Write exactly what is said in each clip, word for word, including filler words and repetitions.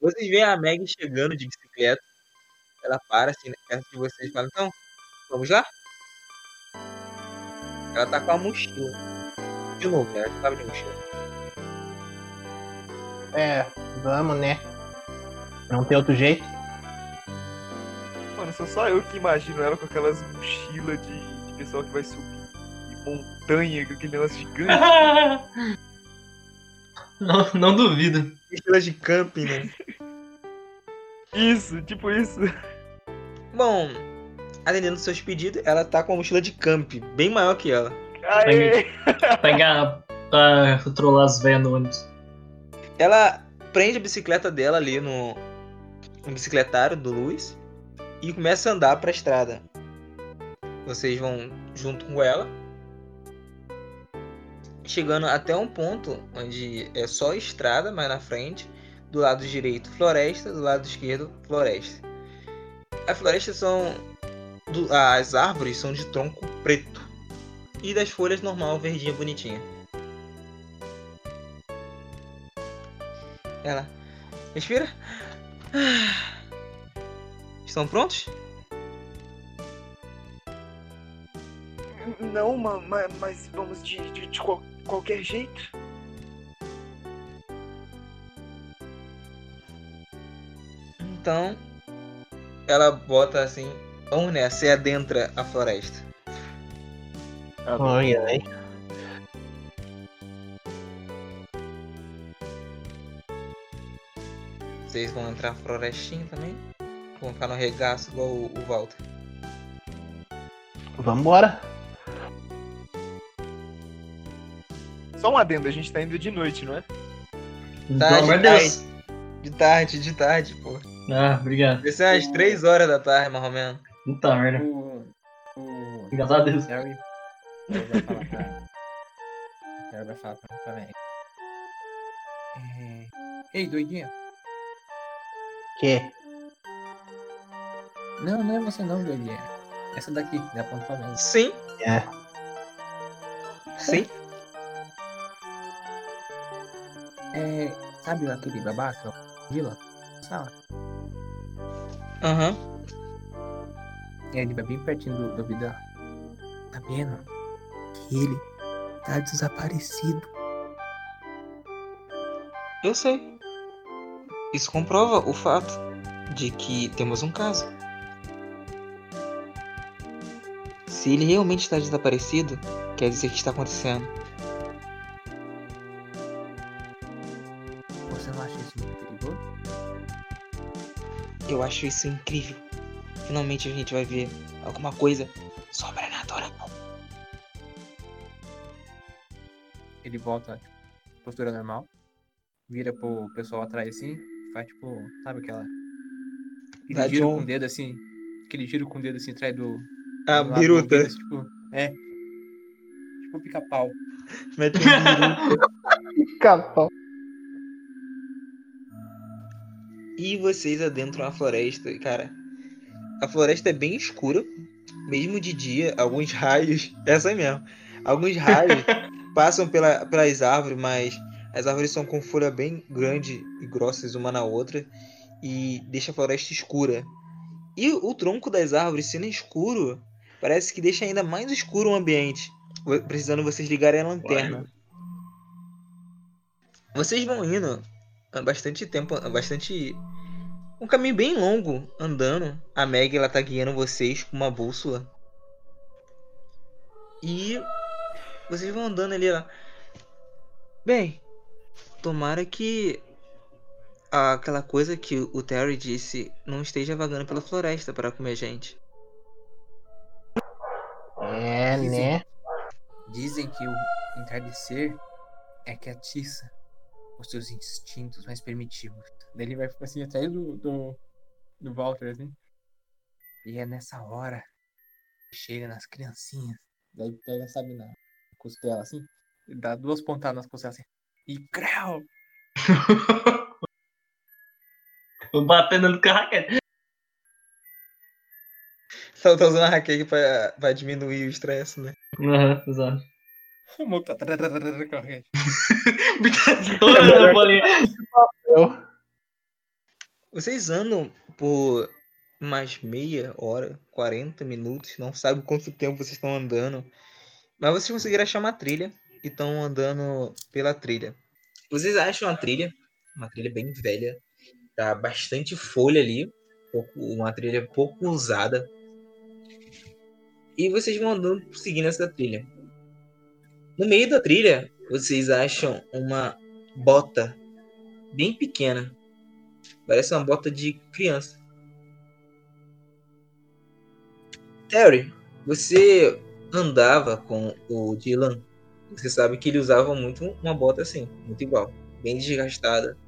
Vocês veem a Meg chegando de bicicleta. Ela para assim, perto de vocês e fala, então, vamos lá? Ela tá com a mochila. De novo, né? Ela já tava de mochila. É, vamos, né? Não tem outro jeito. Mano, sou só eu que imagino ela com aquelas mochilas de, de pessoal que vai subir montanha, com aquele negócio gigante. não, não duvido. Mochila de camping, né? Isso, tipo isso. Bom, atendendo seus pedidos, ela tá com uma mochila de camp, bem maior que ela. Aê! Pegar pra controlar as velhas no ônibus. Ela prende a bicicleta dela ali no, no bicicletário do Luiz e começa a andar pra estrada. Vocês vão junto com ela, chegando até um ponto onde é só estrada, mais na frente, do lado direito floresta, do lado esquerdo floresta. As florestas são do, as árvores são de tronco preto e das folhas normal verdinha bonitinha. Ela respira. Estão prontos? Não, mas, mas vamos de, de, de qual, qualquer jeito. Então, ela bota assim, vamos nessa, e adentra a floresta. Ai, ai. Vocês vão entrar na florestinha também? Vão ficar no regaço igual o, o Walter. Vambora. Só um adendo, a gente tá indo de noite, não é? Pelo Tarde, amor de tarde, Deus. de tarde, de tarde, pô. Ah, obrigado. Vai ser umas três horas da tarde, mais ou menos. Puta merda. O. O. Graças a Deus. Harry. Harry vai falar pra. Harry vai falar pra, pra Meg. É... Ei, doidinha. Que? Não, não é você não, doidinha. Essa daqui, dá ponto pra Meg. Sim, É. sim. É. Sabe aquele babaca? Vila? Sala. Aham. E ele vai bem pertinho do, do ouvido dela. Tá vendo? Que ele tá desaparecido. Eu sei. Isso comprova o fato de que temos um caso. Se ele realmente está desaparecido, quer dizer que está acontecendo. Você não acha isso muito perigoso? Eu acho isso incrível. Finalmente a gente vai ver alguma coisa sobrenatural. Ele volta, tipo, postura normal. Vira pro pessoal atrás assim. Faz tipo, sabe aquela. Dá Aquele giro John. com o dedo assim. Aquele giro com o dedo assim atrás do. A do lado do biruta. ouvido, assim, tipo, é. Tipo pica-pau. Mete um biruta. Capão. E vocês adentram a floresta, e, cara. A floresta é bem escura. Mesmo de dia, alguns raios. Essa aí mesmo. Alguns raios passam pela, pelas árvores, mas as árvores são com folha bem grande e grossas uma na outra. E deixa a floresta escura. E o tronco das árvores sendo escuro, parece que deixa ainda mais escuro o ambiente. Precisando vocês ligarem a lanterna. Vocês vão indo há bastante tempo, há bastante... Um caminho bem longo, andando. A Meg, ela tá guiando vocês com uma bússola. E vocês vão andando ali, ó. Bem, tomara que aquela coisa que o Terry disse não esteja vagando pela floresta para comer gente. É, né? Dizem que o entardecer é que atiça os seus instintos mais primitivos. Daí ele vai assim atrás do, do, do Walter, assim. E é nessa hora que chega nas criancinhas. Daí pega, sabe, na costela, assim. E dá duas pontadas nas costelas, assim. E crau! Tô batendo no carraquete. Só tá usando a raquete pra, pra diminuir o estresse, né? Aham, exato. Monta corrente. Toda a bolinha. Eu. Vocês andam por mais meia hora, quarenta minutos, não sabe quanto tempo vocês estão andando, mas vocês conseguiram achar uma trilha e estão andando pela trilha. Vocês acham a trilha, uma trilha bem velha, tá bastante folha ali, pouco- uma trilha pouco usada, e vocês vão andando seguindo essa trilha. No meio da trilha, vocês acham uma bota bem pequena, parece uma bota de criança. Terry, você andava com o Dylan, você sabe que ele usava muito uma bota assim, muito igual, bem desgastada.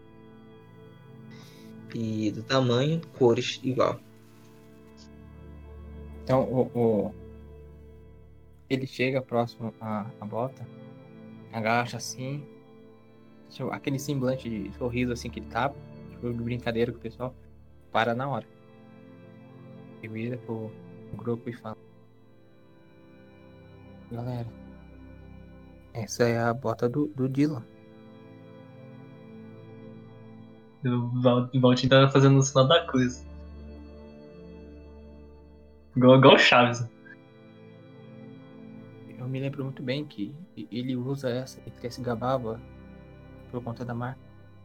E do tamanho, cores igual. Então, o, o- ele chega próximo à, à bota, agacha assim, tipo, aquele semblante de sorriso assim que ele tava, tipo, de brincadeira com o pessoal, para na hora. E vira pro grupo e fala: Galera, essa é a bota do, do Dylan. O Val- o Valtinho tá fazendo o sinal da cruz. Igual, igual o Chaves. né? Eu me lembro muito bem que ele usa essa, ele quer se gabava por conta da marca.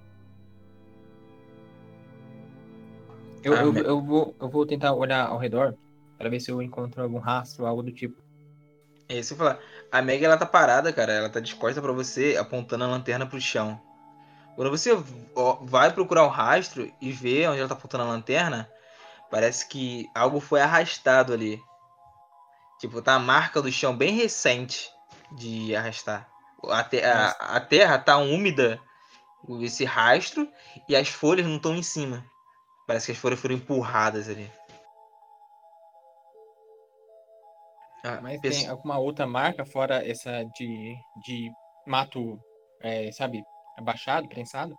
Eu, Ah, eu, me- eu, vou, eu vou tentar olhar ao redor para ver se eu encontro algum rastro, algo do tipo. É isso que eu ia falar. A Meg, ela tá parada, cara. Ela tá de costas pra você, apontando a lanterna pro chão. Quando você ó, vai procurar o rastro e vê onde ela tá apontando a lanterna, parece que algo foi arrastado ali. Tipo, tá a marca do chão bem recente de arrastar. A, te- a- Mas- a terra tá úmida, esse rastro, e as folhas não estão em cima. Parece que as folhas foram empurradas ali. Ah, Mas pesso- tem alguma outra marca fora essa de, de mato, é, sabe, abaixado, prensado?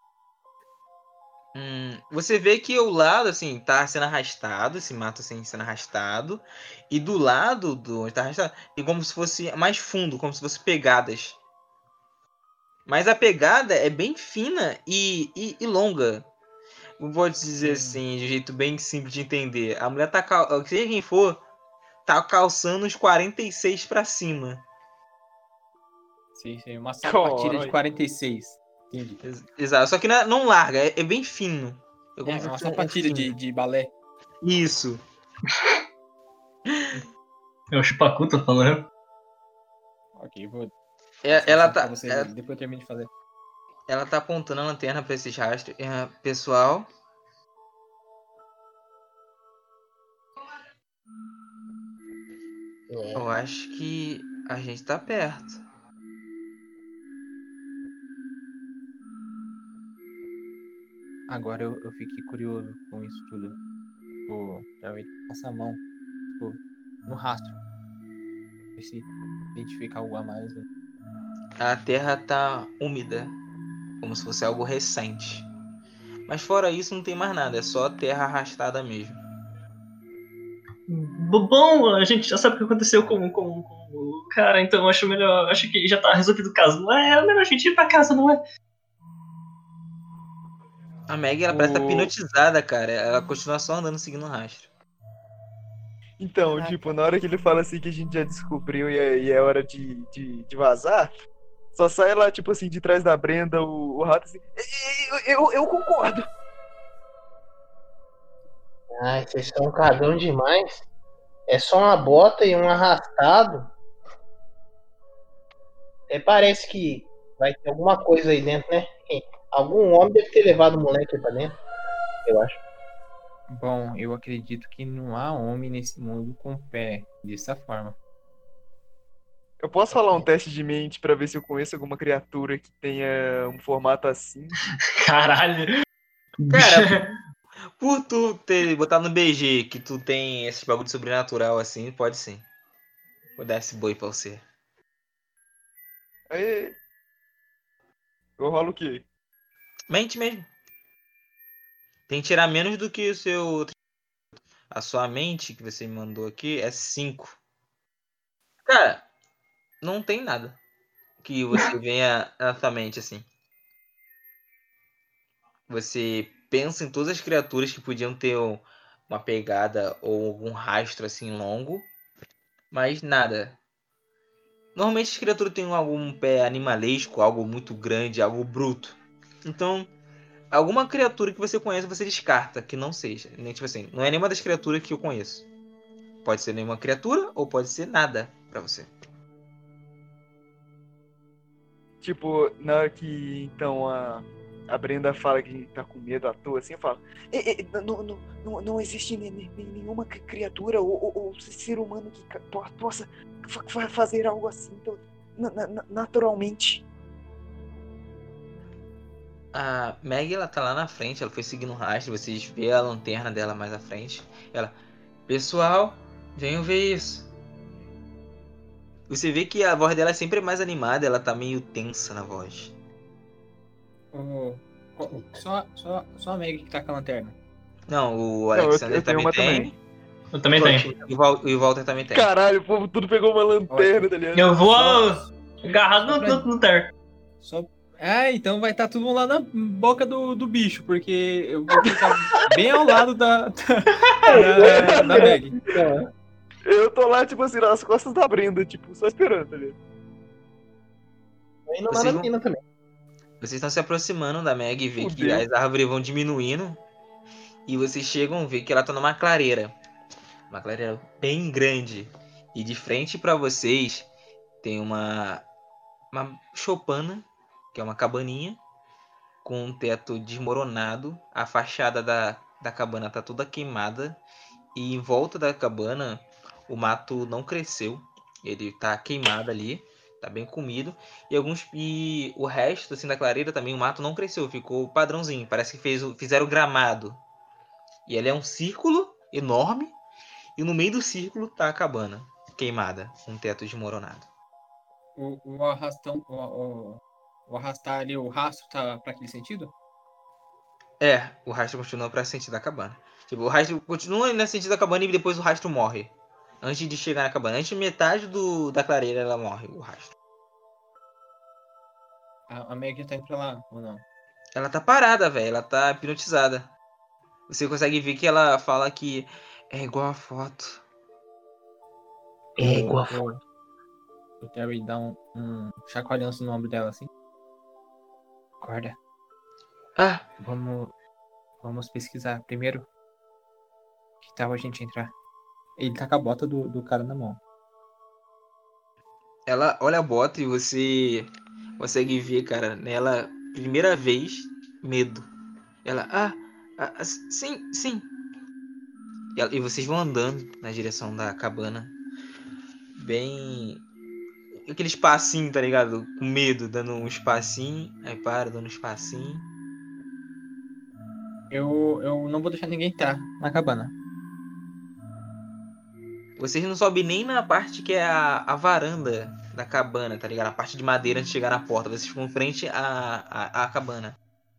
Hum, você vê que o lado, assim, tá sendo arrastado, esse mato assim, sendo arrastado. E do lado do onde tá arrastado, tem como se fosse mais fundo, como se fosse pegadas. Mas a pegada é bem fina e, e, e longa. Não pode dizer Hum. assim, de um jeito bem simples de entender. A mulher tá, cal- seja quem for, tá calçando os quarenta e seis pra cima. Sim, sim, uma sapatilha de Carai. quarenta e seis. Entendi. Ex- Exato, só que não, é- não larga, é, é bem fino. É como É, se uma fosse um- um sapatilha de, fino. de balé. Isso. É o Chupacu, tá falando? Ok, vou. É- passar ela assim pra tá. você, é- depois eu termino de fazer. Ela tá apontando a lanterna pra esses rastros. É, pessoal, É. eu acho que a gente tá perto. Agora eu, eu fiquei curioso com isso tudo. Tipo, pra ver, passa a mão, tipo, no rastro. Ver se identifica algo a mais. Né? A terra tá úmida, como se fosse algo recente. Mas fora isso não tem mais nada, é só terra arrastada mesmo. B- Bom, a gente já sabe o que aconteceu com, com, com o cara, então acho melhor. Acho que já tá resolvido o caso. Não é? É melhor a gente ir pra casa, não é? A Meg, ela parece estar O- hipnotizada, cara. Ela continua só andando seguindo o rastro. Então, Caraca. tipo, na hora que ele fala assim que a gente já descobriu e é, e é hora de, de, de vazar, só sai lá, tipo assim, de trás da Brenda, o, o rato assim. Eu, eu, eu concordo. Ai, vocês são cagão demais. É só uma bota e um arrastado. Até parece que vai ter alguma coisa aí dentro, né? Algum homem deve ter levado o moleque pra dentro. Eu acho. Bom, eu acredito que não há homem nesse mundo com pé dessa forma. Eu posso falar um teste de mente pra ver se eu conheço alguma criatura que tenha um formato assim? Caralho. Cara, por tu ter botado no B G que tu tem esse bagulho de sobrenatural assim, pode sim. Vou dar esse boi pra você. Aí. Eu rolo o quê? Mente mesmo. Tem que tirar menos do que o seu. A sua mente que você me mandou aqui é cinco. Cara, não tem nada que você venha na sua mente assim. Você pensa em todas as criaturas que podiam ter um- uma pegada ou algum rastro assim longo, mas nada. Normalmente as criaturas têm algum pé animalesco, algo muito grande, algo bruto. Então, alguma criatura que você conhece, você descarta que não seja. Nem, tipo assim, não é nenhuma das criaturas que eu conheço. Pode ser nenhuma criatura ou pode ser nada pra você. Tipo, na hora que então a, a Brenda fala que tá com medo à toa, assim, eu falo: "É, é, não, não, não, não existe ne- ne- nenhuma cri- criatura ou, ou- ou ser humano que ca- po- possa fa- fa- fazer algo assim então, na- na- na- naturalmente." A Maggie, ela tá lá na frente, ela foi seguindo o rastro, vocês vê a lanterna dela mais à frente. Ela, pessoal, venham ver isso. Você vê que a voz dela é sempre mais animada, ela tá meio tensa na voz. O- o- Só, só, só a Meg que tá com a lanterna. Não, o Não, eu, Alexander eu tenho também uma tem. também. Eu também tenho. E o, Val- e o Walter também tem. Caralho, o povo tudo pegou uma lanterna, tá ligado? Eu vou Só- agarrado só no, pra- no, no ter. Só... Ah, então vai estar tudo mundo lá na boca do, do bicho, porque eu vou ficar bem ao lado da, da, da, da Meg. Não, Eu tô lá, tipo assim, nas costas da Brenda, tipo, só esperando, tá ligado? tô indo lá Vocês na vão- mina também. Vocês estão se aproximando da Meg e vê que Fudeu. as árvores vão diminuindo. E vocês chegam a ver que ela tá numa clareira. Uma clareira bem grande. E de frente pra vocês tem uma, uma choupana, que é uma cabaninha, com um teto desmoronado. A fachada da, da cabana tá toda queimada. E em volta da cabana o mato não cresceu. Ele tá queimado ali. Tá bem comido. E alguns e o resto assim da clareira também o mato não cresceu, ficou padrãozinho. Parece que fez, o- fizeram gramado. E ele é um círculo enorme e no meio do círculo tá a cabana queimada, com um teto desmoronado. O, o arrastão, o, o, o arrastar ali, o rastro tá pra aquele sentido? É, o rastro continua para sentido da cabana. Tipo, o rastro continua nesse sentido da cabana e depois o rastro morre. Antes de chegar na cabana, antes de metade do, da clareira ela morre, o rastro. A, a Meg tá indo pra lá, ou não? Ela tá parada, velho, ela tá hipnotizada. Você consegue ver que ela fala que é igual a foto. É igual a O, o Terry dá um, um chacoalhanço no ombro dela assim. Acorda, Ah, vamos, vamos pesquisar. Primeiro, que tal a gente entrar? Ele tá com a bota do, do cara na mão. ela olha a bota e você consegue ver, cara, nela, primeira vez, medo. Ela, ah, ah, ah, sim, sim. E, ela- e vocês vão andando na direção da cabana. Bem. Aquele espacinho, tá ligado? Com medo, dando um espacinho. Aí para, dando um espacinho. Eu, eu não vou deixar ninguém entrar na cabana. Vocês não sobem nem na parte que é a, a varanda da cabana, tá ligado? A parte de madeira antes de chegar na porta. Vocês ficam frente à, à, à cabana.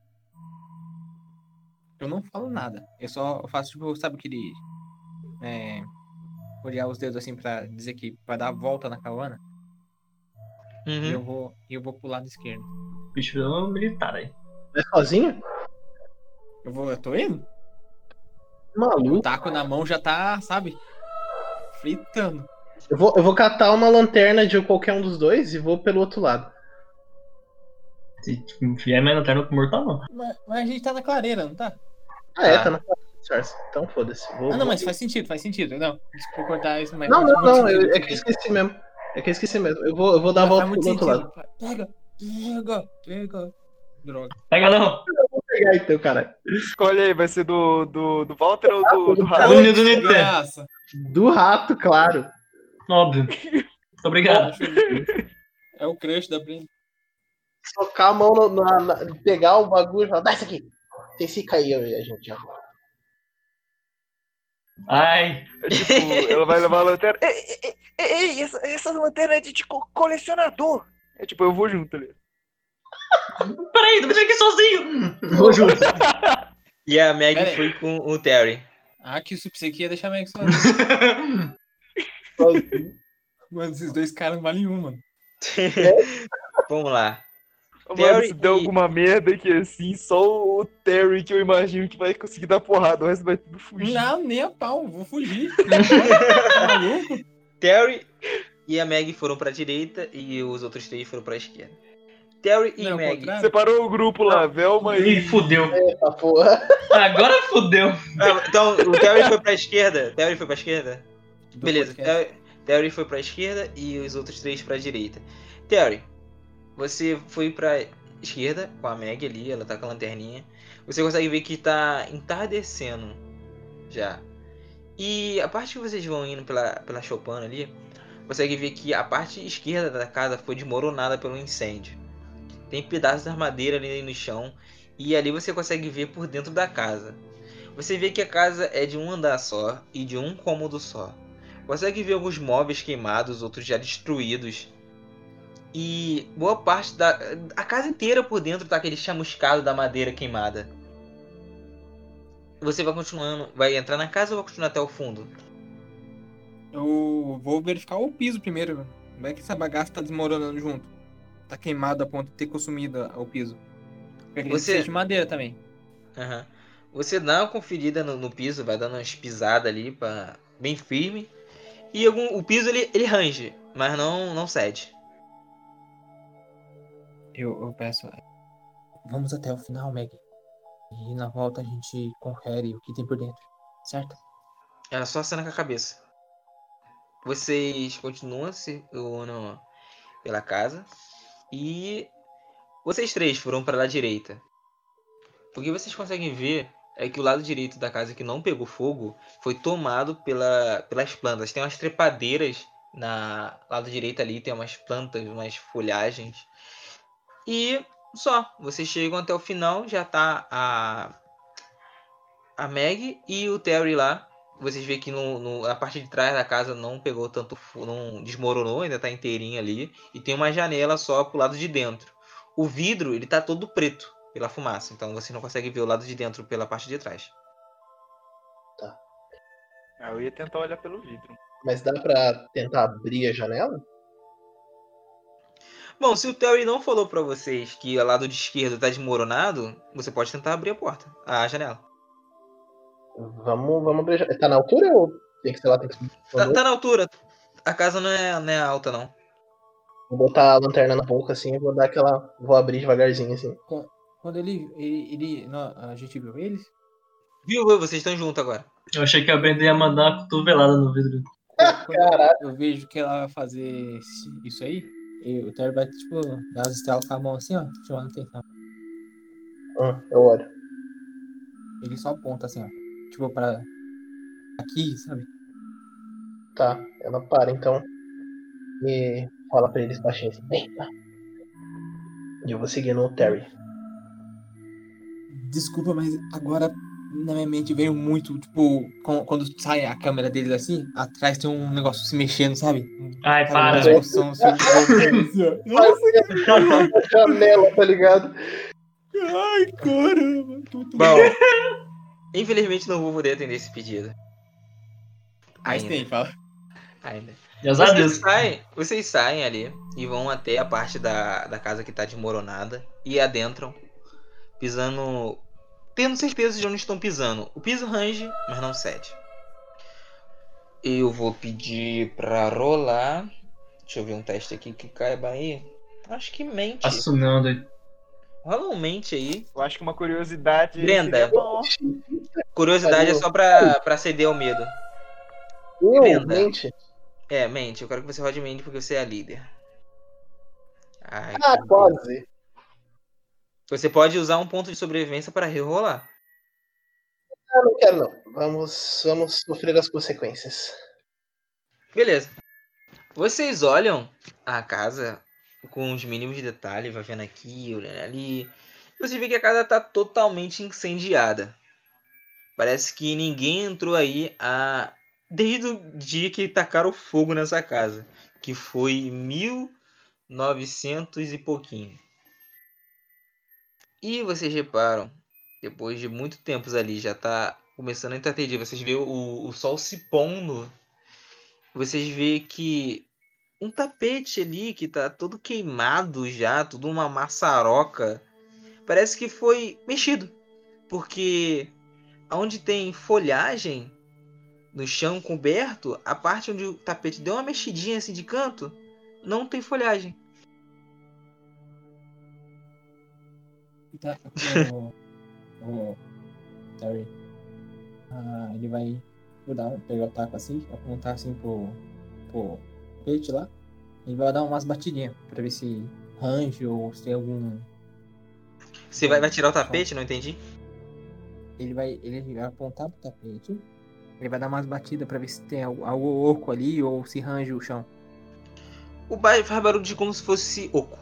Eu não falo nada. Eu só faço, tipo, sabe aquele. É, olhar os dedos assim pra dizer que vai dar a volta na cabana. E eu Uhum. vou, e eu vou pro lado esquerdo. O bicho virou um militar aí. É sozinho? Eu vou, eu tô indo. O Maluco. taco na mão já tá, sabe? Fritando. Eu vou, eu vou catar uma lanterna de qualquer um dos dois e vou pelo outro lado. Se tipo, enfiar minha lanterna pro mortal, não. Mas, mas a gente tá na clareira, não tá? Ah, é, Tá. tá na disfarce. Então foda-se. Vou- Ah, não, vou- mas faz sentido, faz sentido. Não, desculpa cortar isso, mas. Não, faz não, muito não. sentido eu- é isso que eu aqui. esqueci mesmo. É que eu esqueci mesmo. Eu vou, eu vou dar a Mas volta faz pro muito outro sentido. lado. Pega, pega, pega. Droga. Pega não. Vou pegar então, cara. Escolhe aí, vai ser do, do, do Walter ou do, do Do Rafa? Nino do Nintendo. Graça. Do rato, claro. Óbvio. Muito obrigado. É o crush da Brenda. Socar a mão no- na, na- pegar o bagulho e falar, dá isso aqui. Vocês ficam aí, eu e a gente já. Ai. É tipo, ela vai levar a lanterna. Ei, ei, ei, ei, essa, essa lanterna é de, de co- colecionador. É tipo, eu vou junto ali. Peraí, não me deixa aqui sozinho. Vou junto. E a Meg Pera aí. foi com o Terry. Ah, que isso pensei que ia deixar Meg só. Mano, esses dois caras não valem um, mano. Vamos lá. Mano, Terry se der e- alguma merda aqui assim, só o Terry que eu imagino que vai conseguir dar porrada, o resto vai tudo fugir. Não, nem a pau, vou fugir. Tá maluco? Terry e a Meg foram pra direita e os outros três foram pra esquerda. Terry e Não, é o Meg. contrário? Separou o grupo lá, Velma Ih, e... fudeu. Eita porra. Agora fudeu. Ah, então, o Terry foi pra esquerda. Terry foi pra esquerda? Do Beleza, podcast. Terry, Terry foi pra esquerda e os outros três pra direita. Terry, você foi pra esquerda com a Meg ali, ela tá com a lanterninha. Você consegue ver que tá entardecendo já. E a parte que vocês vão indo pela, pela Chopin ali, consegue ver que a parte esquerda da casa foi desmoronada pelo incêndio. Tem pedaços de madeira ali no chão e ali você consegue ver por dentro da casa. Você vê que a casa é de um andar só e de um cômodo só. Consegue ver alguns móveis queimados, outros já destruídos. E boa parte da... A casa inteira por dentro tá aquele chamuscado da madeira queimada. Você vai continuando... Vai entrar na casa ou vai continuar até o fundo? Eu vou verificar o piso primeiro. Como é que essa bagaça tá desmoronando junto? Tá queimado a ponto de ter consumido o piso. Porque acredito Você- que seja de madeira também. Aham. Você dá uma conferida no, no piso, vai dando umas pisadas ali, pra... bem firme. E algum... o piso ele, ele range, mas não, não cede. Eu, eu peço. Vamos até o final, Meg. E na volta a gente confere o que tem por dentro. Certo? É só cena com a cabeça. Vocês continuam circulando pela casa. E vocês três foram para a direita. O que vocês conseguem ver é que o lado direito da casa que não pegou fogo foi tomado pela, pelas plantas. Tem umas trepadeiras na lado direito ali, tem umas plantas, umas folhagens. E só, vocês chegam até o final, já tá a, a Meg e o Terry lá. Vocês veem que no, no, a parte de trás da casa não pegou tanto fogo, não desmoronou, ainda tá inteirinha ali. E tem uma janela só pro lado de dentro. O vidro, ele tá todo preto pela fumaça, então você não consegue ver o lado de dentro pela parte de trás. Ah, eu ia tentar olhar pelo vidro. Mas dá pra tentar abrir a janela? Bom, se o Terry não falou pra vocês que o lado de esquerdo tá desmoronado, você pode tentar abrir a porta, a janela. Vamos, vamos abrir a janela. Tá na altura ou tem que, sei lá, tem que subir? Tá, tá na altura. A casa não é, não é alta, não. Vou botar a lanterna na boca assim e vou dar aquela. Vou abrir devagarzinho assim. Quando ele. ele, ele não, a gente viu eles? Viu, viu? Vocês estão juntos agora. Eu achei que a Brenda ia mandar uma cotovelada no vidro. Quando eu, eu vejo que ela vai fazer esse- isso aí, e o Terry vai, tipo, dar umas estrelas com a mão assim, ó, chamando atenção. Hum, eu olho. Ele só aponta assim, ó. Tipo, pra. Aqui, sabe? Tá, ela para então. E fala pra eles baixinho assim. Vem, tá. E eu vou seguindo o Terry. Desculpa, mas agora na minha mente veio muito, tipo, com- quando sai a câmera deles assim, atrás tem um negócio se mexendo, sabe? Ai, Sabe, para. uma explosão, assim, assim, ó. Nossa, Na janela, tá ligado? ai, caramba. Tô, tô... Bom, infelizmente não vou poder atender esse pedido. Mas Ainda. tem, fala. Ainda. Graças a Vocês Deus. saem, vocês saem ali e vão até a parte da, da casa que tá desmoronada e adentram, pisando, tendo certeza de onde estão pisando. O piso range, mas não cede. Eu vou pedir pra rolar. Deixa eu ver um teste aqui que caiba aí. Acho que mente. Assunando aí. Rola um mente aí. Eu acho que uma curiosidade. Brenda. seria bom. Curiosidade é só pra, pra ceder ao medo. Eu, Brenda. mente. É, mente. Eu quero que você rode mente porque você é a líder. Ai, Ah, que- quase. Você pode usar um ponto de sobrevivência para rerolar. Ah, não quero não. Vamos, vamos sofrer as consequências. Beleza. Vocês olham a casa com os mínimos de detalhe, vai vendo aqui, olhando ali. Você vê que a casa está totalmente incendiada. Parece que ninguém entrou aí a... desde o dia que tacaram fogo nessa casa, que foi em mil e novecentos e pouquinho. E vocês reparam, depois de muito tempos ali, já tá começando a entardecer, vocês vê o, o sol se pondo. Vocês vê que um tapete ali que tá todo queimado já, tudo uma maçaroca. Parece que foi mexido, porque onde tem folhagem no chão coberto, a parte onde o tapete deu uma mexidinha assim de canto, não tem folhagem. Tá, o, o Terry, ah, ele vai mudar, pegar o taco assim, apontar assim pro, pro peixe lá. Ele vai dar umas batidinhas pra ver se range ou se tem algum. Você vai, vai tirar o tapete? Não entendi. Ele vai, ele vai apontar pro tapete. Ele vai dar umas batidas pra ver se tem algo, algo oco ali ou se range o chão. O bairro faz barulho de como se fosse oco.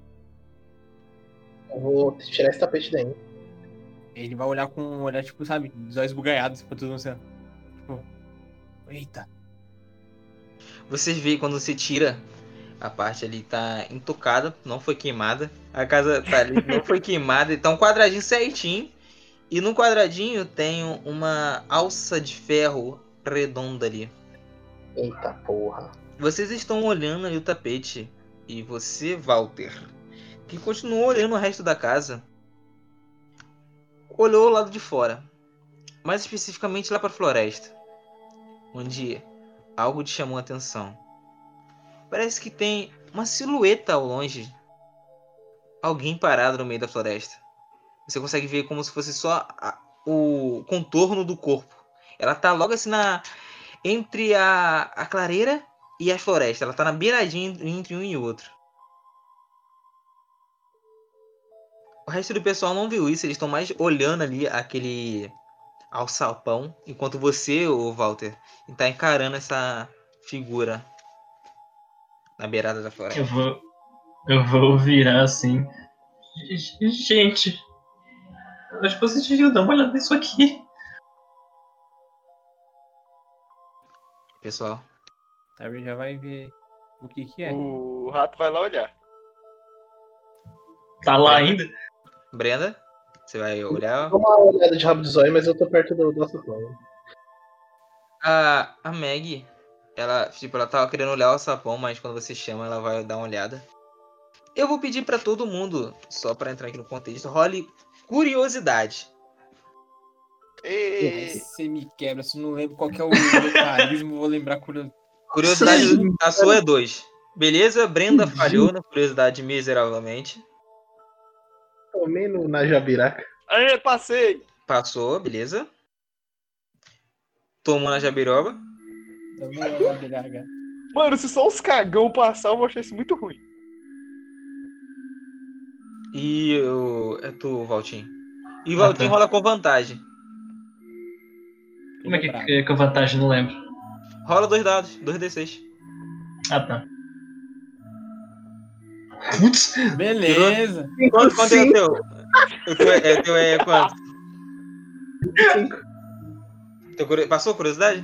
Eu vou tirar esse tapete daí. Ele vai olhar com um olhar, tipo, sabe, dos olhos bugalhados pra tudo no céu. Tipo, eita. Vocês veem quando você tira, a parte ali tá intocada, não foi queimada. A casa tá ali, não foi queimada, tá um quadradinho certinho. E no quadradinho tem uma alça de ferro redonda ali. Eita porra. Vocês estão olhando ali o tapete. E você, Walter, que continuou olhando o resto da casa, olhou o lado de fora. Mais especificamente lá para a floresta. Onde algo te chamou a atenção. Parece que tem uma silhueta ao longe. Alguém parado no meio da floresta. Você consegue ver como se fosse só a, o contorno do corpo. Ela tá logo assim na entre a, a clareira e a floresta. Ela tá na beiradinha entre um e outro. O resto do pessoal não viu isso. Eles estão mais olhando ali aquele alçapão. Enquanto você, ô Walter, tá encarando essa figura na beirada da floresta. Eu vou, eu vou virar assim. Gente, acho que vocês deviam dar uma olhada nisso aqui. Pessoal, Terry já vai ver o que que é. O rato vai lá olhar. Tá lá ainda? Brenda, você vai olhar. Dou uma olhada de rabo de zóio, mas eu tô perto do nosso plano. A, a Meg, ela, tipo, ela tava querendo olhar o sapão, mas quando você chama, ela vai dar uma olhada. Eu vou pedir pra todo mundo, só pra entrar aqui no contexto, role curiosidade. Ei, Você me quebra, se eu não lembro qual que é o meu carisma, eu vou lembrar quando. Curiosidade, a sua é dois. Beleza? Brenda falhou na curiosidade miseravelmente. Tomei no, na jabiraca. Aê, passei! Passou, beleza. Tomou na jabiroba. Eu não lembro a Biraga. Mano, se só os cagão passar, eu vou achar isso muito ruim. E o... é tu, Valtinho. E o Ah, Valtinho tá. rola com vantagem. Como é que, que, que a vantagem? Não lembro. Rola dois dados, dois D seis. Ah, tá. Putz, Beleza. Quanto, quanto é o teu? O teu é, é, teu é quanto? Teu curio- Passou a curiosidade?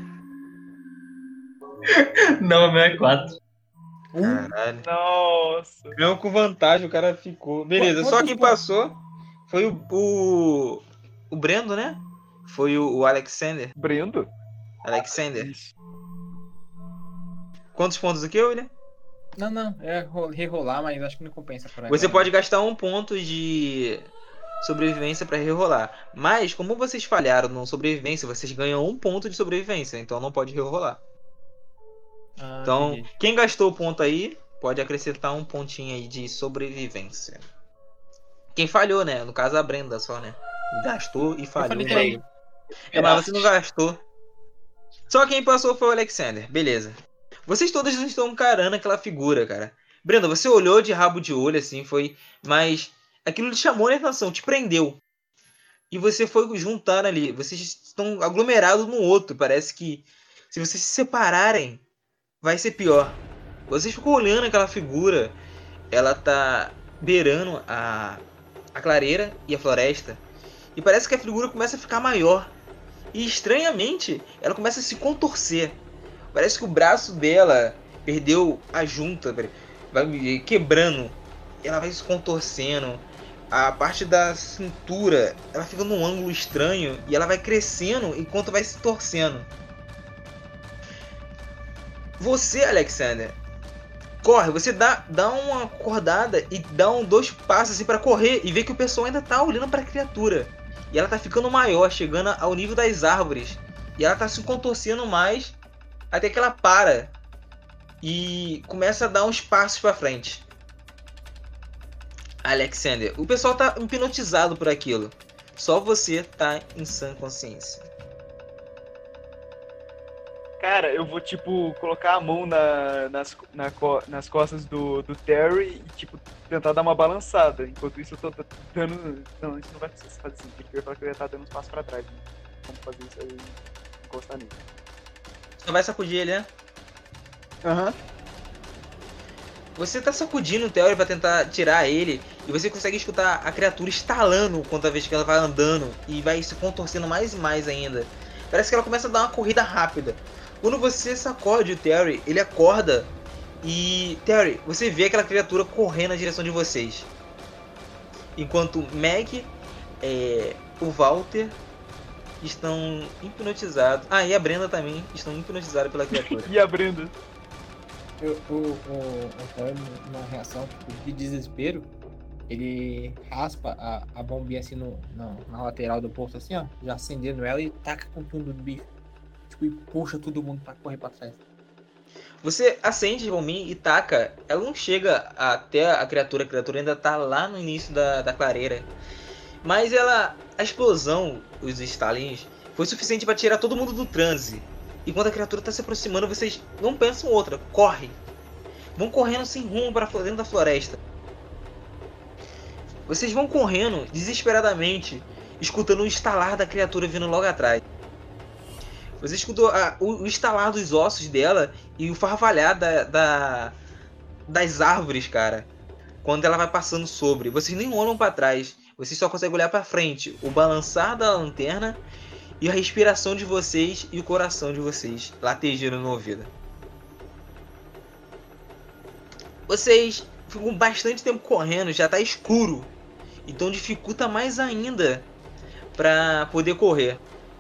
não, o meu é quatro. Caralho. Nossa. Não, com vantagem o cara ficou. Beleza, Qu- só quantos quem pontos? passou foi o, o. O Brendo, né? Foi o, o Alexander. Brendo? Alexander. Isso. Quantos pontos aqui, William? Não, não, é ro- rerolar, mas acho que não compensa pra Você pode gastar um ponto de sobrevivência pra rerolar. Mas, como vocês falharam no sobrevivência, vocês ganham um ponto de sobrevivência. Então não pode rerolar. Ah, Então, entendi. quem gastou o ponto aí, pode acrescentar um pontinho aí de sobrevivência. Quem falhou, né? No caso, a Brenda só, né? Gastou e falhou. falei no também. bagulho. É, mas você não gastou. Só quem passou foi o Alexander. Beleza. Vocês todos estão encarando aquela figura, cara. Brenda, você olhou de rabo de olho, assim, foi... Mas aquilo te chamou a atenção, te prendeu. E você foi juntar ali. Vocês estão aglomerados no outro. Parece que se vocês se separarem, vai ser pior. Vocês ficam olhando aquela figura. Ela tá beirando a, a clareira e a floresta. E parece que a figura começa a ficar maior. E estranhamente, ela começa a se contorcer. Parece que o braço dela perdeu a junta, vai quebrando. Ela vai se contorcendo. A parte da cintura, ela fica num ângulo estranho e ela vai crescendo enquanto vai se torcendo. Você, Alexander, corre, você dá, dá uma acordada e dá um dois passos assim pra correr e vê que o pessoal ainda tá olhando pra criatura. E ela tá ficando maior, chegando ao nível das árvores. E ela tá se contorcendo mais até que ela para e começa a dar uns passos pra frente. Alexander, o pessoal tá hipnotizado por aquilo. Só você tá em sã consciência. Cara, eu vou, tipo, colocar a mão na, nas, na, nas costas do, do Terry e, tipo, tentar dar uma balançada. Enquanto isso, eu tô dando... Não, isso não vai fazer sentido. Eu ia falar que eu ia estar dando uns passos pra trás. Né? Vamos fazer isso aí e encostar nele. Você vai sacudir ele, né? Aham. Uhum. Você tá sacudindo o Terry pra tentar tirar ele e você consegue escutar a criatura estalando quanto a vez que ela vai andando e vai se contorcendo mais e mais ainda. Parece que ela começa a dar uma corrida rápida. Quando você sacode o Terry, ele acorda e... Terry, você vê aquela criatura correndo na direção de vocês. Enquanto Meg, é, o Walter estão hipnotizados. Ah, e a Brenda também estão hipnotizadas pela criatura. E a Brenda? O, o, o, o Terry, numa reação tipo, de desespero, ele raspa a, a bombinha assim no, no, na lateral do posto, assim, ó, já acendendo ela e taca com tudo do bicho. Tipo, e puxa todo mundo pra correr pra trás. Você acende a bombinha e taca. Ela não chega até a criatura, a criatura ainda tá lá no início da, da clareira. Mas ela. A explosão, os estalinhos, foi suficiente pra tirar todo mundo do transe. E quando a criatura tá se aproximando, vocês não pensam outra, correm. Vão correndo sem rumo para dentro da floresta. Vocês vão correndo desesperadamente, escutando o estalar da criatura vindo logo atrás. Você escutou a, o, o estalar dos ossos dela e o farfalhar da, da, das árvores, cara. Quando ela vai passando sobre. Vocês nem olham para trás. Vocês só conseguem olhar para frente. O balançar da lanterna e a respiração de vocês e o coração de vocês latejando no ouvido. Vocês ficam bastante tempo correndo, já tá escuro. Então dificulta mais ainda para poder correr.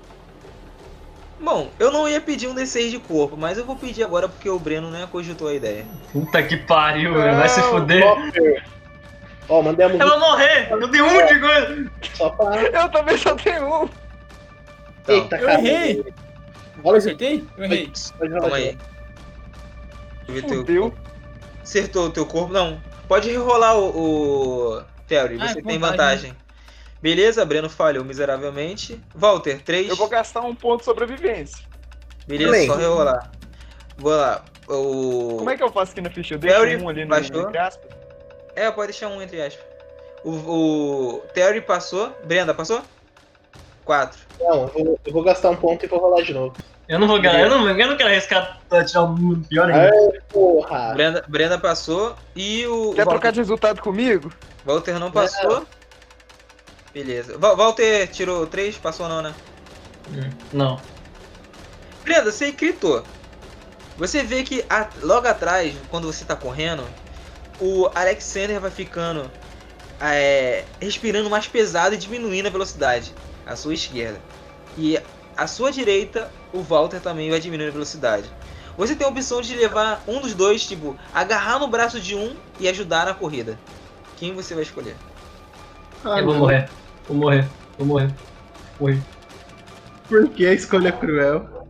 Bom, eu não ia pedir um D seis de corpo, mas eu vou pedir agora porque o Breno não cogitou a ideia. Puta que pariu, velho. Vai se fuder. Ó, oh, mandei a música. Ela morrer! Eu dei um de coisa! Só pra... Eu também só tenho um! Então, Eita, Eu cara. errei! Olha Eu isso. acertei? Eu errei. Calma aí. Deixa eu ver teu Fudeu. corpo. Acertou o teu corpo? Não. Pode rerolar o, o Terry, Ah, você é tem vantagem. vantagem. Beleza, Breno falhou miseravelmente. Walter, três. Eu vou gastar um ponto de sobrevivência. Beleza, Bem. só rerolar. Vou lá. O... Como é que eu faço aqui na ficha? Eu deixo Terry um ali no, baixou. no entre aspas? É, pode deixar um entre aspas. O, o Terry passou. Brenda, passou? Quatro. Não, eu vou, eu vou gastar um ponto e vou rolar de novo. Eu não vou ganhar, eu não, eu não quero arriscar pra tirar o mundo pior ainda. Ai, porra. Brenda, Brenda passou e o. Quer Walter, trocar de resultado comigo? Walter não passou. Beleza. Val- Walter tirou três, passou não, né? Hum, Não. Brenda, você gritou. Você vê que a- logo atrás, quando você tá correndo, o Alexander vai ficando é, respirando mais pesado e diminuindo a velocidade à sua esquerda. E à sua direita, o Walter também vai diminuir a velocidade. Você tem a opção de levar um dos dois, tipo, agarrar no braço de um e ajudar na corrida. Quem você vai escolher? Ah, Eu vou não. morrer. Vou morrer. Vou morrer. Morri. Por que a escolha cruel?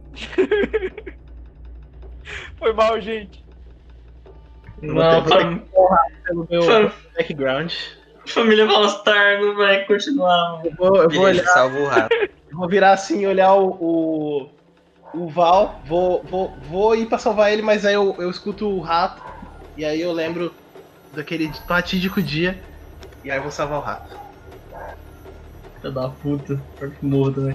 Foi mal, gente. Eu vou Não, ter- vou ter fam... que honrar pelo meu Fam- background. família Valstar não vai continuar, mano. Eu vou, eu vou Beleza, olhar, salva o rato. eu vou virar assim, olhar o, o, o Val, vou, vou, vou ir pra salvar ele, mas aí eu, eu escuto o rato, e aí eu lembro daquele fatídico dia, e aí eu vou salvar o rato. Filha da puta. Pior que morro também.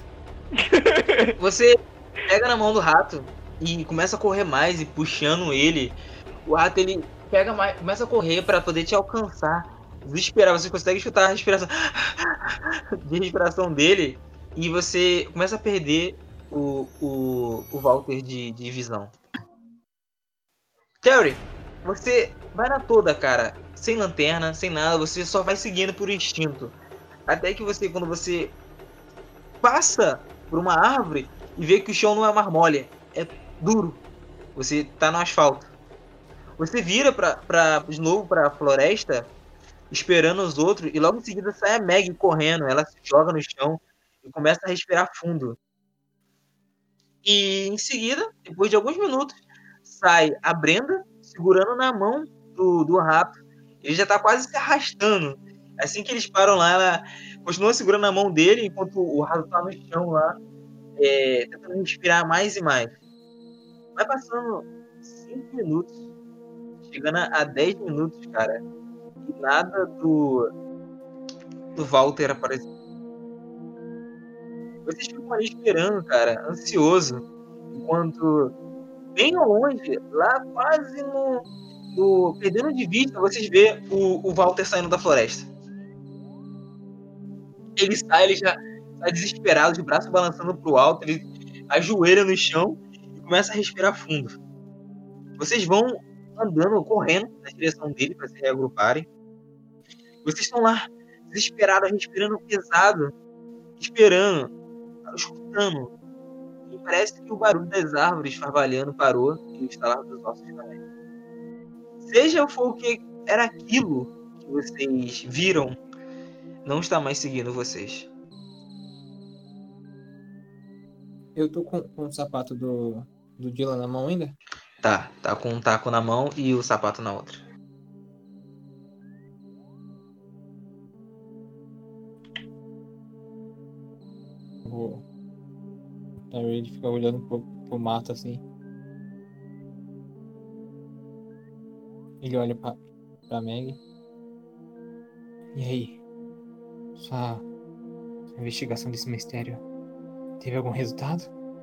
Você pega na mão do rato e começa a correr mais e puxando ele. O rato ele pega mais, começa a correr para poder te alcançar. Desesperar, você consegue escutar a respiração de respiração dele e você começa a perder o, o, o Walter de, de visão. Terry, você vai na toda, cara, sem lanterna, sem nada, você só vai seguindo por instinto. Até que você, quando você passa por uma árvore e vê que o chão não é marmolha, é duro. Você tá no asfalto. Você vira pra, pra, de novo pra floresta, esperando os outros, e logo em seguida sai a Meg correndo. Ela se joga no chão e começa a respirar fundo. E em seguida, depois de alguns minutos, sai a Brenda segurando na mão do, do rato. Ele já tá quase se arrastando. Assim que eles param lá, ela continua segurando a mão dele, enquanto o rato tá no chão lá, é, tentando respirar mais e mais. Vai passando cinco minutos, chegando a dez minutos, cara, e nada do, do Walter apareceu. Vocês ficam ali esperando, cara, ansioso, enquanto bem ao longe, lá quase no, no perdendo de vista, vocês vê o, o Walter saindo da floresta. Ele sai, ele já tá desesperado, de braço balançando pro alto, ele ajoelha no chão e começa a respirar fundo. Vocês vão andando, correndo na direção dele para se reagruparem. Vocês estão lá, desesperados, respirando pesado, esperando, escutando. E parece que o barulho das árvores farvalhando parou e o estalar dos ossos também. Seja for o que era aquilo que vocês viram, não está mais seguindo vocês. Eu tô com, com o sapato do, do Dylan na mão ainda? Tá, tá com um taco na mão e o sapato na outra. Vou. Então ele fica olhando pro, pro mato assim. Ele olha pra, pra Meg. E aí? Sua, sua investigação desse mistério teve algum resultado?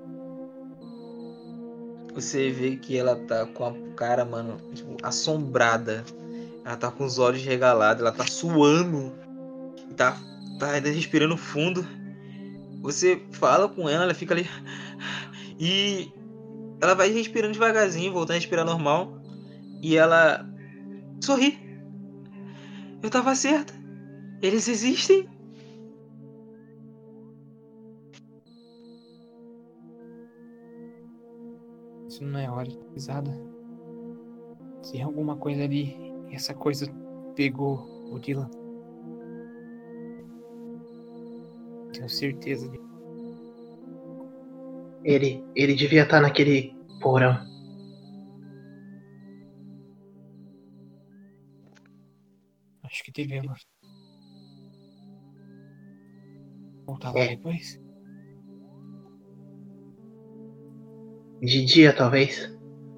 Você vê que ela tá com a cara, mano, tipo, assombrada. Ela tá com os olhos regalados, ela tá suando. E tá, tá ainda respirando fundo. Você fala com ela, ela fica ali. E ela vai respirando devagarzinho, voltando a respirar normal. E ela sorri. Eu tava certa. Eles existem. Isso não é hora de pisada. Se alguma coisa ali, essa coisa pegou o Dylan. Tenho certeza disso. Ele, ele devia estar naquele porão. Acho que devemos voltar lá É. depois. De dia, talvez.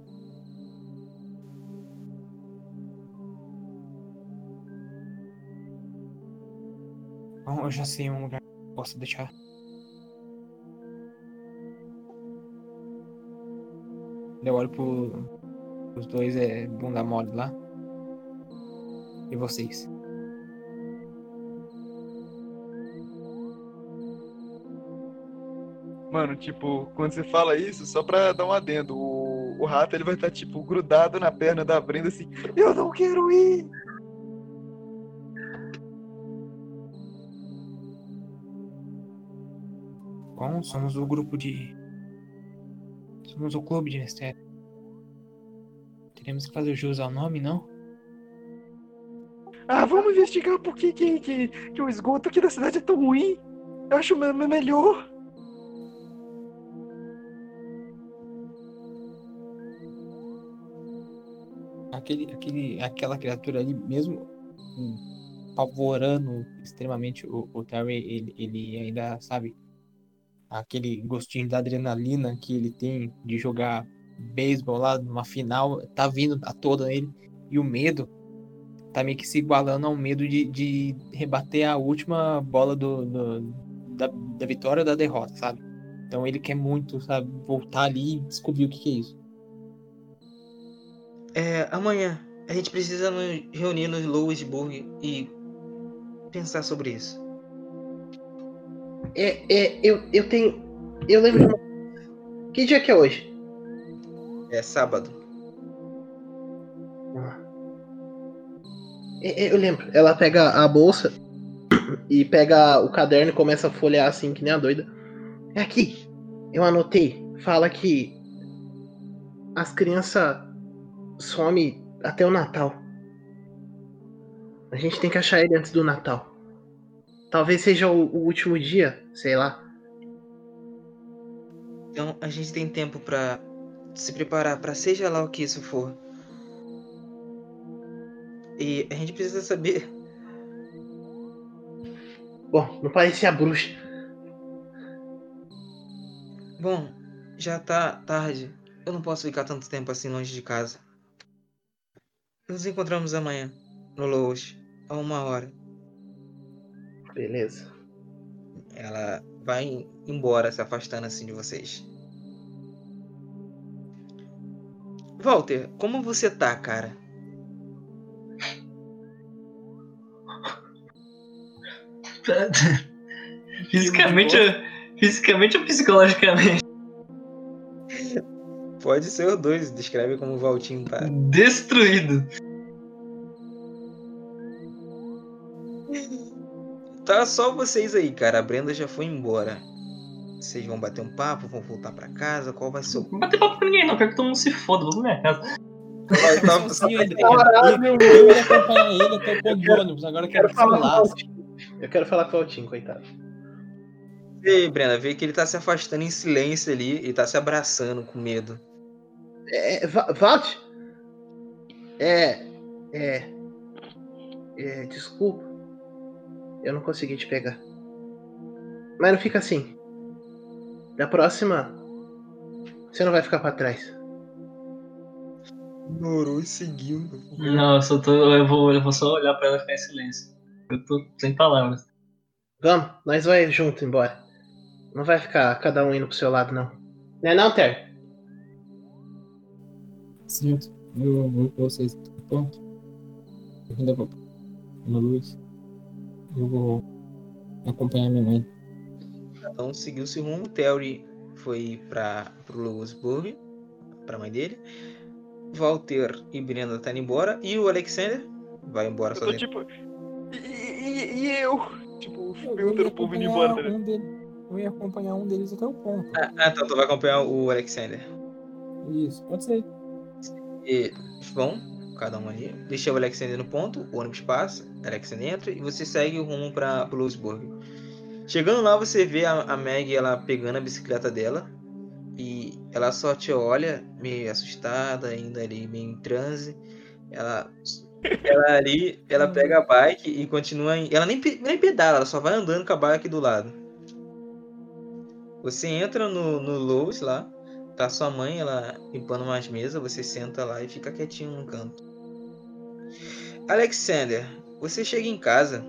Bom, eu já sei um lugar que posso deixar. Eu olho pro, os dois é bunda mole lá. E vocês? Mano, tipo, quando você fala isso, só pra dar um adendo, o, o rato ele vai estar, tipo, grudado na perna da Brenda assim, eu não quero ir! Bom, somos o grupo de... Somos o clube de mistério. Teremos que fazer jus ao nome, não? Ah, vamos investigar por que, que, que, que o esgoto aqui da cidade é tão ruim. Eu acho me- me- melhor. Aquele, aquele, aquela criatura ali, mesmo hum, apavorando extremamente o, o Terry, ele, ele ainda, sabe, aquele gostinho da adrenalina que ele tem de jogar beisebol lá numa final, tá vindo a toda nele. E o medo tá meio que se igualando ao medo de, de rebater a última bola do, do- da, da vitória ou da derrota, sabe? Então ele quer muito, sabe, voltar ali e descobrir o que, que é isso. É, amanhã a gente precisa nos reunir no Louisburg e pensar sobre isso. É, é, eu, eu tenho. Eu lembro. de uma- Que dia que é hoje? É sábado. É, é, eu lembro. Ela pega a bolsa e pega o caderno e começa a folhear assim, que nem a doida. É aqui. Eu anotei. Fala que as crianças somem até o Natal. A gente tem que achar ele antes do Natal. Talvez seja o, o último dia, sei lá. Então a gente tem tempo pra se preparar pra seja lá o que isso for. E a gente precisa saber. Bom, não parecia bruxa. Bom, já tá tarde. Eu não posso ficar tanto tempo assim longe de casa. Nos encontramos amanhã, no Lois, a uma hora. Beleza. Ela vai embora, se afastando assim de vocês. Walter, como você tá, cara? Fisicamente, fisicamente ou psicologicamente? Pode ser os dois, descreve como o Valtinho tá. Destruído. Tá só vocês aí, cara. A Brenda já foi embora. Vocês vão bater um papo, vão voltar pra casa? Qual vai ser o. Não bater papo com ninguém, não. Quero que todo mundo se foda. Vou pra minha casa. Vai, tá, Só só assim, tá ele- Caralho, eu, eu ia acompanhar ele até o ponto de ônibus, agora eu Eu quero quero que se falar com o lasque. Valtinho. Eu quero falar com o Valtinho, coitado. Vê, Brenda, vê que ele tá se afastando em silêncio ali e tá se abraçando com medo. É, Va- Valt? É. É. É. Desculpa. Eu não consegui te pegar. Mas não fica assim. Da próxima, você não vai ficar pra trás. Ignorou e seguiu. Não, eu só tô. Eu vou, eu vou só olhar pra ela e ficar em silêncio. Eu tô sem palavras. Vamos, nós vai junto embora. Não vai ficar cada um indo pro seu lado, não. Não é não, Ter? Certo, eu vou com vocês. Pronto. Eu ainda vou no Luiz. Eu vou acompanhar minha mãe. Então seguiu seu rumo. O Terry foi para pro Louisburg, pra mãe dele. Walter e Brenda tá indo embora. E o Alexander vai embora Eu tô sozinho. tipo. E, e- e eu? Tipo, Eu perguntando ia o povo indo acompanhar embora, tá ligado? um dele- eu ia acompanhar um deles até o ponto. Ah, ah, então tu vai acompanhar o Alexander. Isso, pode ser. E vão, cada um ali. Deixa o Alexander no ponto, o ônibus passa, o Alexander entra e você segue o rumo para o Louisburg. Chegando lá, você vê a, a Meg ela pegando a bicicleta dela e ela só te olha meio assustada, ainda ali meio em transe. Ela, ela ali, ela pega a bike e continua. Em, ela nem, pe- nem pedala, ela só vai andando com a bike do lado. Você entra no, no Lowe's lá, tá sua mãe, ela limpando umas mesas, você senta lá e fica quietinho no canto. Alexander, você chega em casa,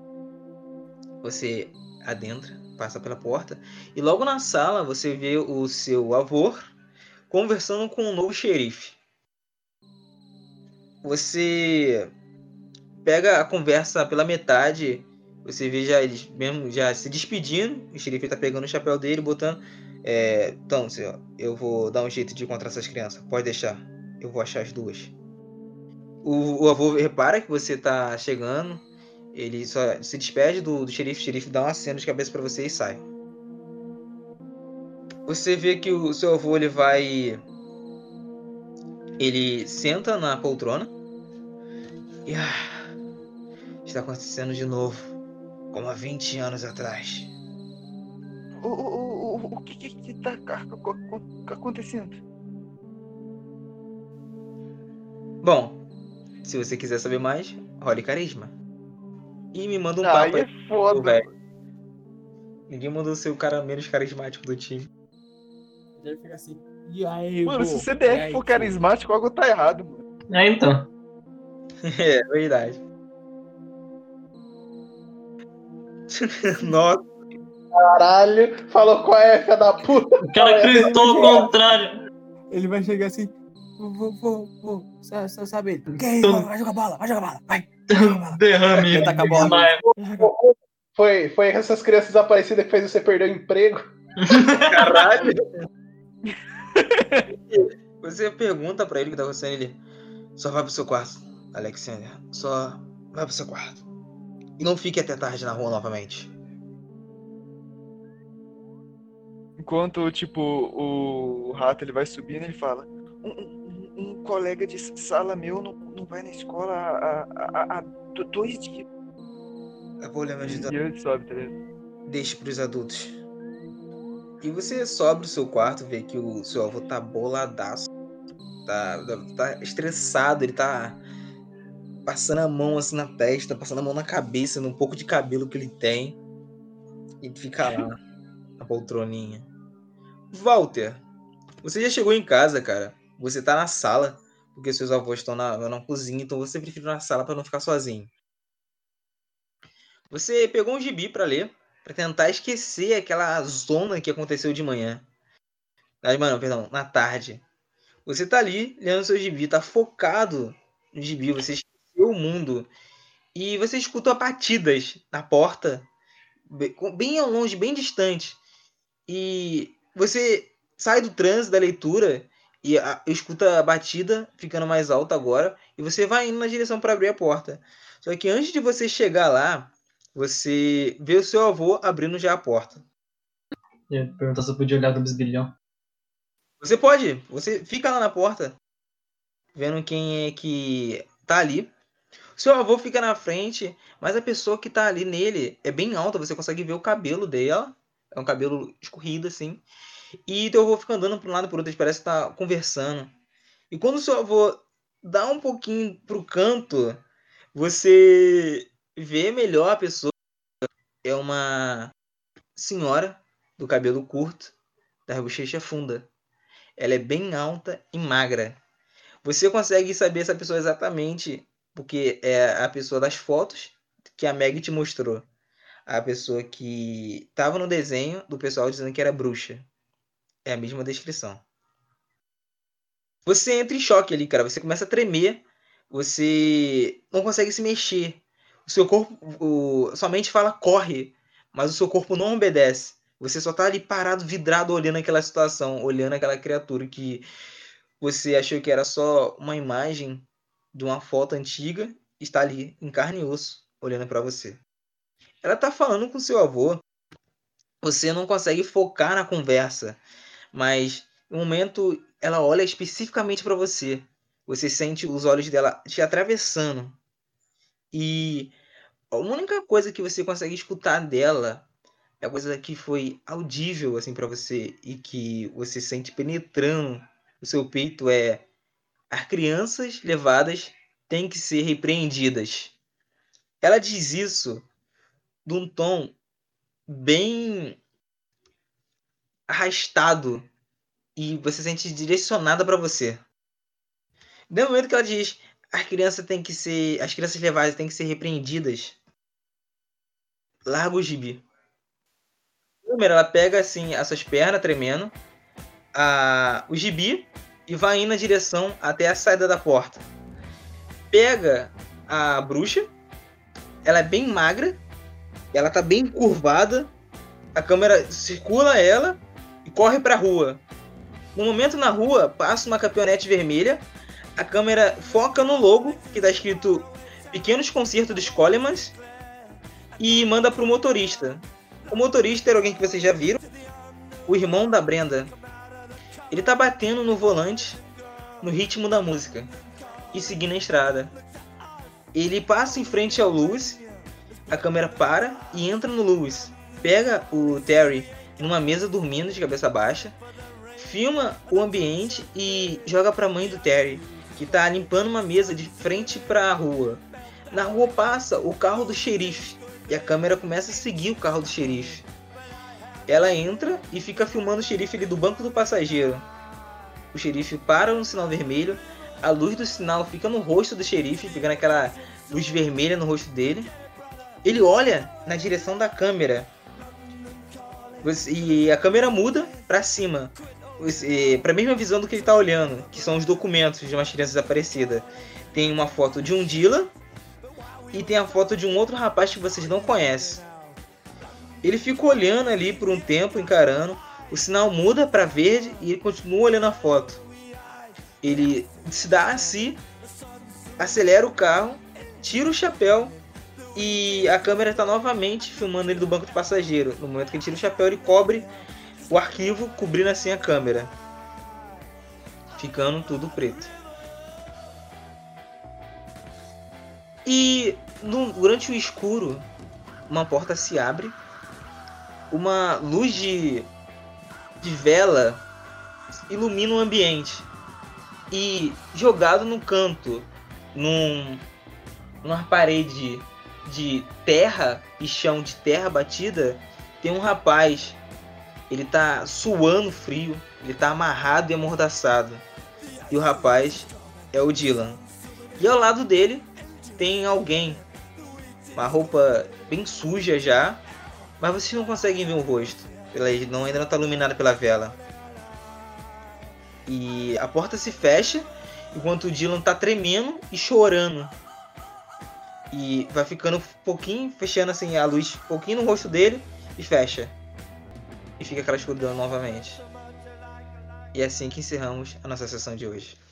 você adentra, passa pela porta, e logo na sala você vê o seu avô conversando com um novo xerife. Você pega a conversa pela metade, você vê já eles mesmo já se despedindo, o xerife tá pegando o chapéu dele, botando. É, então, senhor, eu vou dar um jeito de encontrar essas crianças, pode deixar, eu vou achar as duas. O, o avô repara que você tá chegando, ele só se despede do, do xerife, o xerife dá uma cena de cabeça pra você e sai. Você vê que o seu avô ele vai. Ele senta na poltrona e. Ah, está acontecendo de novo, como há vinte anos atrás. O, o, o, o, o que que, que tá ca- ca- ca- acontecendo? Bom, se você quiser saber mais, role carisma. E me manda um Ah, papo aí aí, é foda. velho. Ninguém mandou ser o cara menos carismático do time. Ele fica assim. E aí, Mano, vô? se o E C D F aí, for tio? carismático, algo tá errado, mano. É, então. É, verdade. Nossa, Caralho, falou qual é, filha da puta. O cara gritou ao contrário. Ele vai chegar assim. Vou, vou, vou. Sa- sa- Sabe ele? Que isso? Vai jogar bola, vai jogar bola, vai. Derrame. Ele taca a bola. Desmaia. Vai jogar. Foi, foi essas crianças desaparecidas que fez você perder o emprego. caralho. Você pergunta pra ele o que tá acontecendo, ele só vai pro seu quarto, Alexander. Só vai pro seu quarto. E não fique até tarde na rua novamente. Enquanto, tipo, o rato ele vai subindo, ele fala: um, um- um colega de sala meu não, não vai na escola há, há, há dois dias. Eu vou olhar meu E agitador. ele sobe, tá ligado? Deixe pros adultos. E você sobe o seu quarto, vê que o seu avô tá boladaço. Tá, tá estressado, ele tá passando a mão assim na testa, passando a mão na cabeça, num pouco de cabelo que ele tem. E fica lá, na poltroninha. Walter, você já chegou em casa, cara. Você tá na sala, porque seus avós estão na, na cozinha, então você prefere ir na sala pra não ficar sozinho. Você pegou um gibi pra ler, pra tentar esquecer aquela zona que aconteceu de manhã. Ah, mano, perdão, na tarde. Você tá ali lendo seu gibi, tá focado no gibi, você esqueceu o mundo. E você escuta batidas na porta, bem bem ao longe, bem distante. E você sai do trânsito da leitura e a, escuta a batida ficando mais alta agora. E você vai indo na direção para abrir a porta. Só que antes de você chegar lá, você vê o seu avô abrindo já a porta. Eu ia perguntar se eu podia olhar do bisbilhão. Você pode, você fica lá na porta, vendo quem é que tá ali. O seu avô fica na frente, mas a pessoa que tá ali nele é bem alta, você consegue ver o cabelo dela. É um cabelo escorrido, assim. E teu avô fica andando para um lado e pro outro, eles parecem estar conversando. E quando o seu avô dá um pouquinho pro canto, você vê melhor a pessoa. É uma senhora do cabelo curto, da bochecha funda. Ela é bem alta e magra. Você consegue saber essa pessoa exatamente porque é a pessoa das fotos que a Meg te mostrou. A pessoa que estava no desenho do pessoal dizendo que era bruxa. É a mesma descrição. Você entra em choque ali, cara. Você começa a tremer. Você não consegue se mexer. O seu corpo, o... sua mente fala corre, mas o seu corpo não obedece. Você só tá ali parado, vidrado, olhando aquela situação, olhando aquela criatura que você achou que era só uma imagem de uma foto antiga, está ali em carne e osso, olhando para você. Ela tá falando com seu avô. Você não consegue focar na conversa, mas no momento ela olha especificamente para você. Você sente os olhos dela te atravessando. E a única coisa que você consegue escutar dela é a coisa que foi audível assim para você e que você sente penetrando o seu peito é: as crianças levadas têm que ser repreendidas. Ela diz isso de um tom bem arrastado e você sente direcionada para você. No momento que ela diz as crianças têm que ser, as crianças levadas têm que ser repreendidas, larga o gibi. Primeiro, ela pega assim as suas pernas tremendo, a, o gibi e vai indo na direção até a saída da porta. Pega a bruxa, ela é bem magra, ela tá bem curvada, a câmera circula ela e corre pra rua. No momento na rua, passa uma caminhonete vermelha, a câmera foca no logo, que tá escrito Pequenos Concertos dos Colemans, e manda pro motorista. O motorista era alguém que vocês já viram, o irmão da Brenda. Ele tá batendo no volante, no ritmo da música, e seguindo a estrada. Ele passa em frente ao Lewis, a câmera para e entra no Lewis. Pega o Terry numa mesa dormindo de cabeça baixa, filma o ambiente e joga pra mãe do Terry, que tá limpando uma mesa de frente pra rua. Na rua passa o carro do xerife e a câmera começa a seguir o carro do xerife. Ela entra e fica filmando o xerife ali do banco do passageiro. O xerife para no sinal vermelho, a luz do sinal fica no rosto do xerife, ficando aquela luz vermelha no rosto dele. Ele olha na direção da câmera e a câmera muda pra cima, para a mesma visão do que ele tá olhando, que são os documentos de umas crianças desaparecidas. Tem uma foto de um Dylan e tem a foto de um outro rapaz que vocês não conhecem. Ele fica olhando ali por um tempo, encarando. O sinal muda para verde e ele continua olhando a foto. Ele se dá a si, acelera o carro, tira o chapéu e a câmera está novamente filmando ele do banco de passageiro. No momento que ele tira o chapéu, ele cobre o arquivo, cobrindo assim a câmera, ficando tudo preto. E no- durante o escuro, uma porta se abre, uma luz de, de vela ilumina o ambiente. E jogado no canto, num, numa parede de terra e chão de terra batida, tem um rapaz. Ele tá suando frio, ele tá amarrado e amordaçado. E o rapaz é o Dylan. E ao lado dele tem alguém, uma roupa bem suja já, mas vocês não conseguem ver o rosto, ela não, ainda não está iluminada pela vela. E a porta se fecha enquanto o Dylan tá tremendo e chorando. E vai ficando um pouquinho, fechando assim a luz um pouquinho no rosto dele e fecha. E fica aquela escuridão novamente. E é assim que encerramos a nossa sessão de hoje.